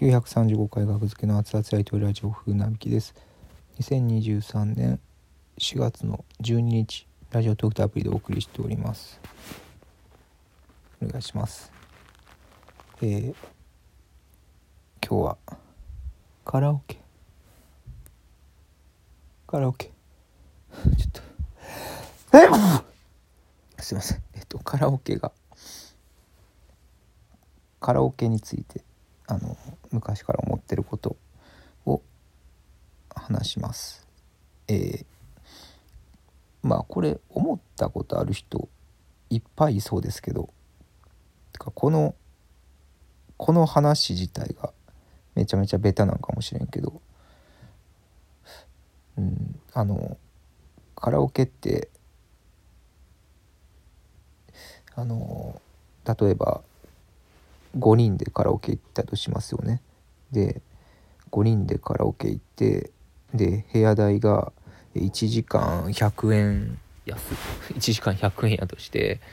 935回学付けの熱々やりとりラジオ風なびきです。2023年4月の12日ラジオトークとアプリでお送りしております。お願いします。今日はカラオケちょっとすいません。カラオケについて昔から思ってることを話します。これ思ったことある人いっぱいいそうですけど、この話自体がめちゃめちゃベタなんかもしれんけど、カラオケって例えば5人でカラオケ行ったとしますよね。で5人でカラオケ行って、で部屋代が1時間100円1時間100円やとして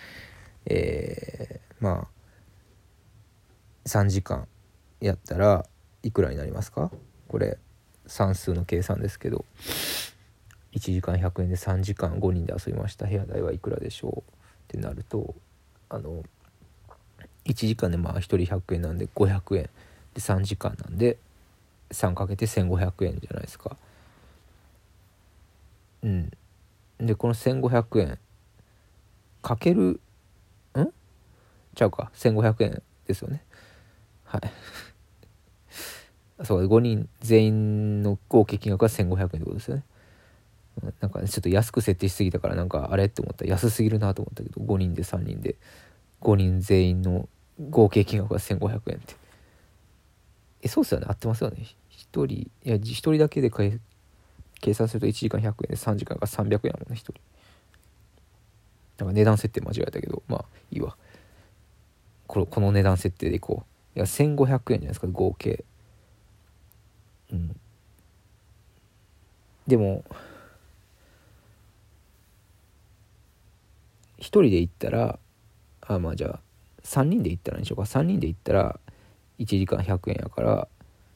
、3時間やったらいくらになりますか？これ算数の計算ですけど、1時間100円で3時間5人で遊びました。部屋代はいくらでしょうってなると、1時間で1人100円なんで500円で、3時間なんで3かけて1500円じゃないですか。でこの1500円かける1500円ですよね。はいそう、5人全員の合計金額は1500円ってことですよね。ちょっと安く設定しすぎたからあれって思ったら安すぎるなと思ったけど、5人で3人で5人全員の合計金額が1500円ってそうっすよね。合ってますよね。1人だけで計算すると1時間100円で3時間が300円やもんね、1人。値段設定間違えたけど、いいわ。この値段設定でいこう。1500円じゃないですか、合計。でも1人で行ったらじゃあ3人で行ったらにしようか。3人で行ったら1時間100円やから、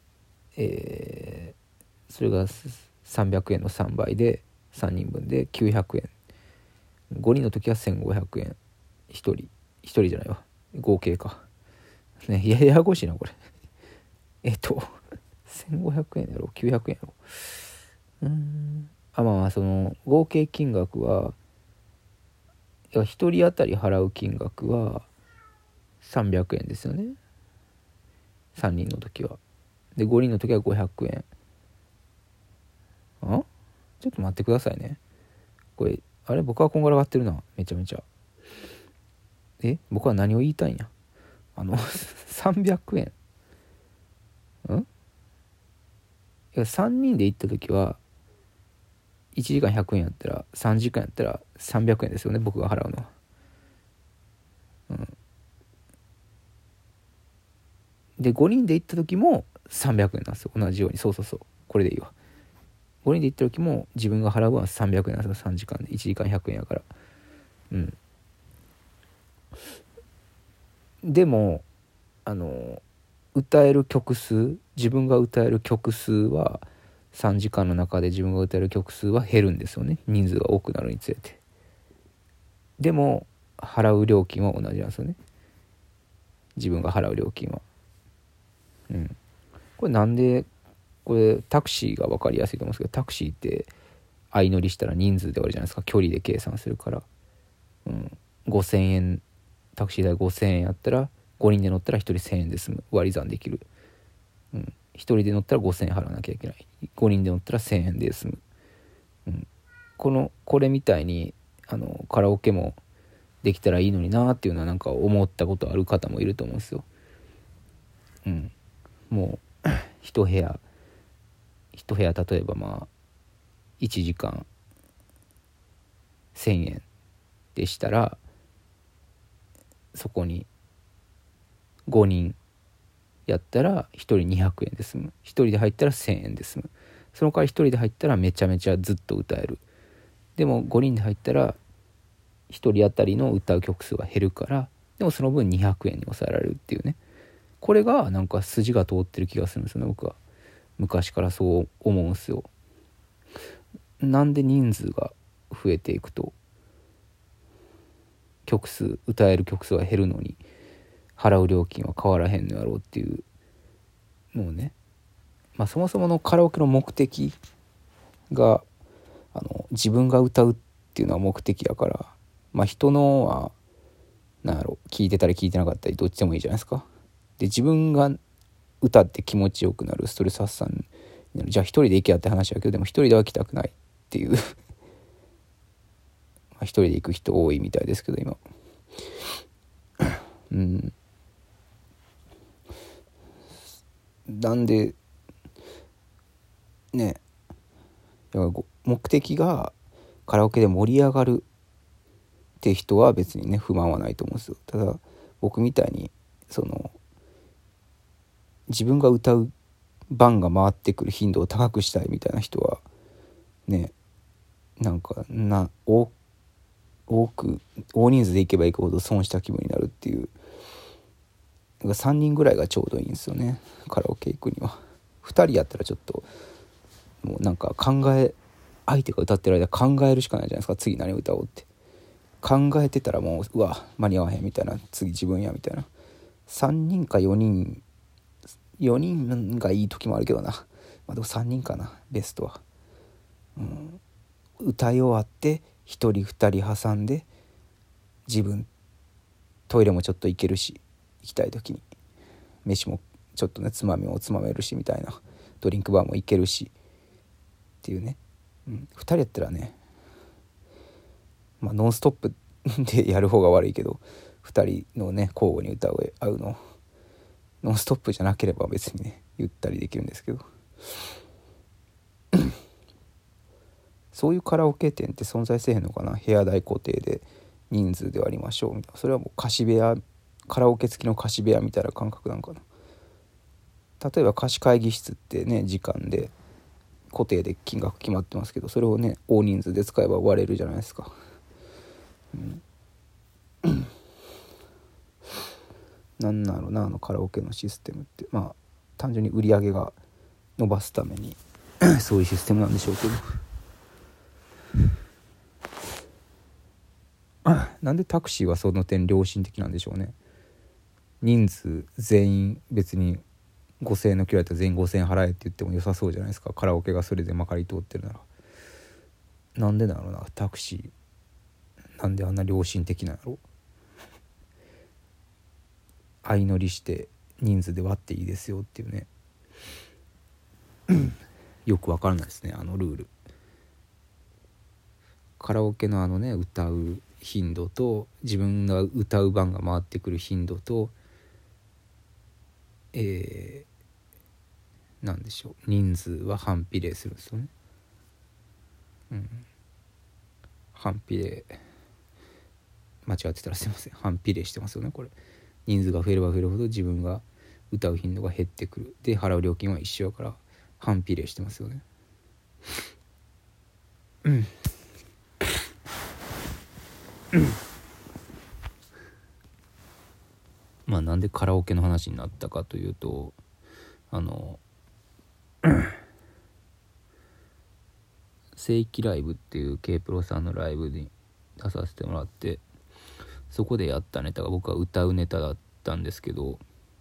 それが300円の3倍で3人分で900円。5人の時は1500円。1人じゃないわ、合計かね。ややこしいなこれ1500円やろ900円やろ。その合計金額は1人当たり払う金額は300円ですよね、3人の時は。で5人の時は500円。ちょっと待ってくださいね。これ僕はこんがらがってるな、めちゃめちゃ。僕は何を言いたいんや。300円3人で行った時は1時間100円やったら3時間やったら300円ですよね、僕が払うのは。で5人で行った時も300円なんですよ、同じように。そうこれでいいわ。5人で行った時も自分が払う分は300円なんですよ、3時間で。1時間100円やから。でも自分が歌える曲数は3時間の中で自分が歌える曲数は減るんですよね、人数が多くなるにつれて。でも払う料金は同じなんですよね、自分が払う料金は。これタクシーが分かりやすいと思うんですけど、タクシーって相乗りしたら人数で割るじゃないですか、距離で計算するから。5000円、タクシー代5000円やったら5人で乗ったら1人1000円で済む、割り算できる。1人で乗ったら5000円払わなきゃいけない、5人で乗ったら1000円で済む。これみたいにカラオケもできたらいいのになっていうのは思ったことある方もいると思うんですよ。もう一部屋例えば1時間1000円でしたら、そこに5人やったら1人200円で済む。1人で入ったら1000円で済む。その代わり1人で入ったらめちゃめちゃずっと歌える。でも5人で入ったら1人当たりの歌う曲数は減るから、でもその分200円に抑えられるっていうね。 これがなんか筋が通ってる気がするんですよね、僕は。昔からそう思うんですよ。なんで人数が増えていくと歌える曲数は減るのに払う料金は変わらへんのやろうっていうのをね、そもそものカラオケの目的が自分が歌うっていうのは目的やから、人のはなんやろ、聞いてたり聞いてなかったりどっちでもいいじゃないですか。で自分が歌って気持ちよくなる、ストレス発散になる、じゃあ一人で行けやって話だけど、でも一人では来たくないっていう一人で行く人多いみたいですけど今なんでね、だから目的がカラオケで盛り上がるって人は別にね不満はないと思うんですよ。ただ僕みたいに自分が歌う番が回ってくる頻度を高くしたいみたいな人はね、なんか大人数で行けば行くほど損した気分になるっていう、3人ぐらいがちょうどいいんですよね、カラオケ行くには。2人やったらちょっともうなんか相手が歌ってる間考えるしかないじゃないですか、次何歌おうって考えてたらもうわ間に合わへんみたいな、次自分やみたいな。3人か4人がいい時もあるけどな、でも3人かなベストは。歌い終わって1人2人挟んで自分トイレもちょっと行けるし、行きたい時に飯もちょっとねつまみもつまめるしみたいな、ドリンクバーも行けるしっていうね、2人やったらね、ノンストップでやる方が悪いけど、2人のね交互に歌うのノンストップじゃなければ別にねゆったりできるんですけどそういうカラオケ店って存在せえへんのかな。部屋代固定で人数で割りましょうみたいな、それはもう貸し部屋、カラオケ付きの貸し部屋みたいな感覚なんかな。例えば貸し会議室ってね時間で固定で金額決まってますけど、それをね大人数で使えば割れるじゃないですか。なんだろうな、カラオケのシステムって単純に売り上げが伸ばすためにそういうシステムなんでしょうけどなんでタクシーはその点良心的なんでしょうね。人数全員別に5000円の距離だったら全員5000円払えって言っても良さそうじゃないですか、カラオケがそれでまかり通ってるなら。なんでだろうな、タクシーなんであんな良心的なんやろ。相乗りして人数で割っていいですよっていうねよくわからないですね、あのルール。カラオケの歌う頻度と自分が歌う番が回ってくる頻度となんでしょう、人数は反比例するんですよね。反比例、間違ってたらすいません、反比例してますよねこれ。人数が増えれば増えるほど自分が歌う頻度が減ってくる、で払う料金は一緒やから反比例してますよね。なんでカラオケの話になったかというと、正規ライブっていう K プロさんのライブに出させてもらって、そこでやったネタが僕は歌うネタだったんですけど、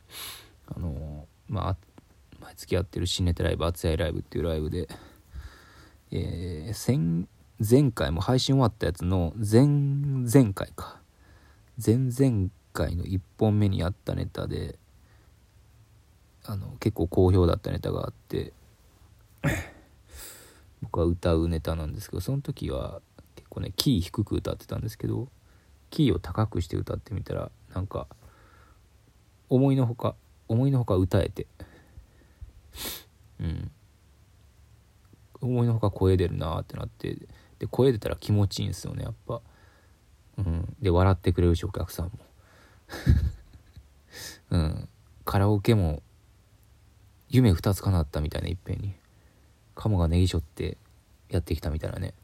毎月やってる新ネタライブ、熱いライブっていうライブで、前回も配信終わったやつの前々回の1本目にやったネタで結構好評だったネタがあって僕は歌うネタなんですけど、その時は結構ねキー低く歌ってたんですけど、キーを高くして歌ってみたらなんか思いのほか歌えて、思いのほか声出るなってなって、で声出たら気持ちいいんですよねやっぱ。で笑ってくれるしお客さんもカラオケも夢2つ叶ったみたいな、いっぺんにカモがネギしょってやってきたみたいなね、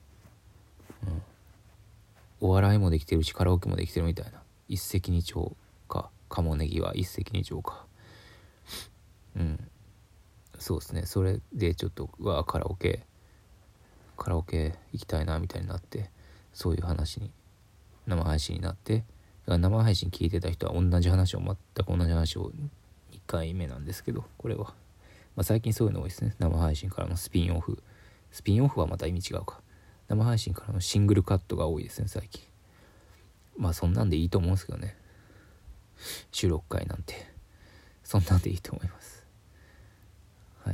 お笑いもできてるしカラオケもできてるみたいな、一石二鳥か、カモネギは一石二鳥かそうですね、それでちょっとカラオケ行きたいなみたいになって、そういう話に生配信になって、生配信聞いてた人は全く同じ話を2回目なんですけど、これは、最近そういうの多いですね。生配信からのスピンオフはまた意味違うか。生配信からのシングルカットが多いですね最近。そんなんでいいと思うんですけどね、収録回なんてそんなんでいいと思います。はい。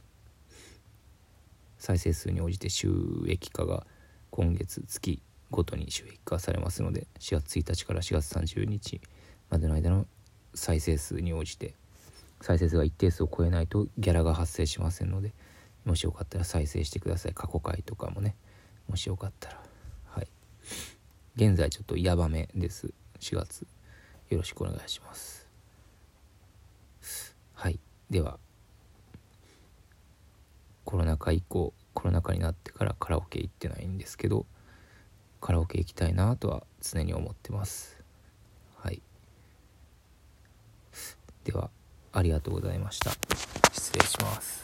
再生数に応じて収益化が今月月ごとに収益化されますので、4月1日から4月30日までの間の再生数に応じて、再生数が一定数を超えないとギャラが発生しませんので、もしよかったら再生してください。過去回とかもね、もしよかったら。はい。現在ちょっとヤバめです。4月よろしくお願いします。はい。では、コロナ禍になってからカラオケ行ってないんですけど、カラオケ行きたいなとは常に思ってます。はい。では、ありがとうございました。失礼します。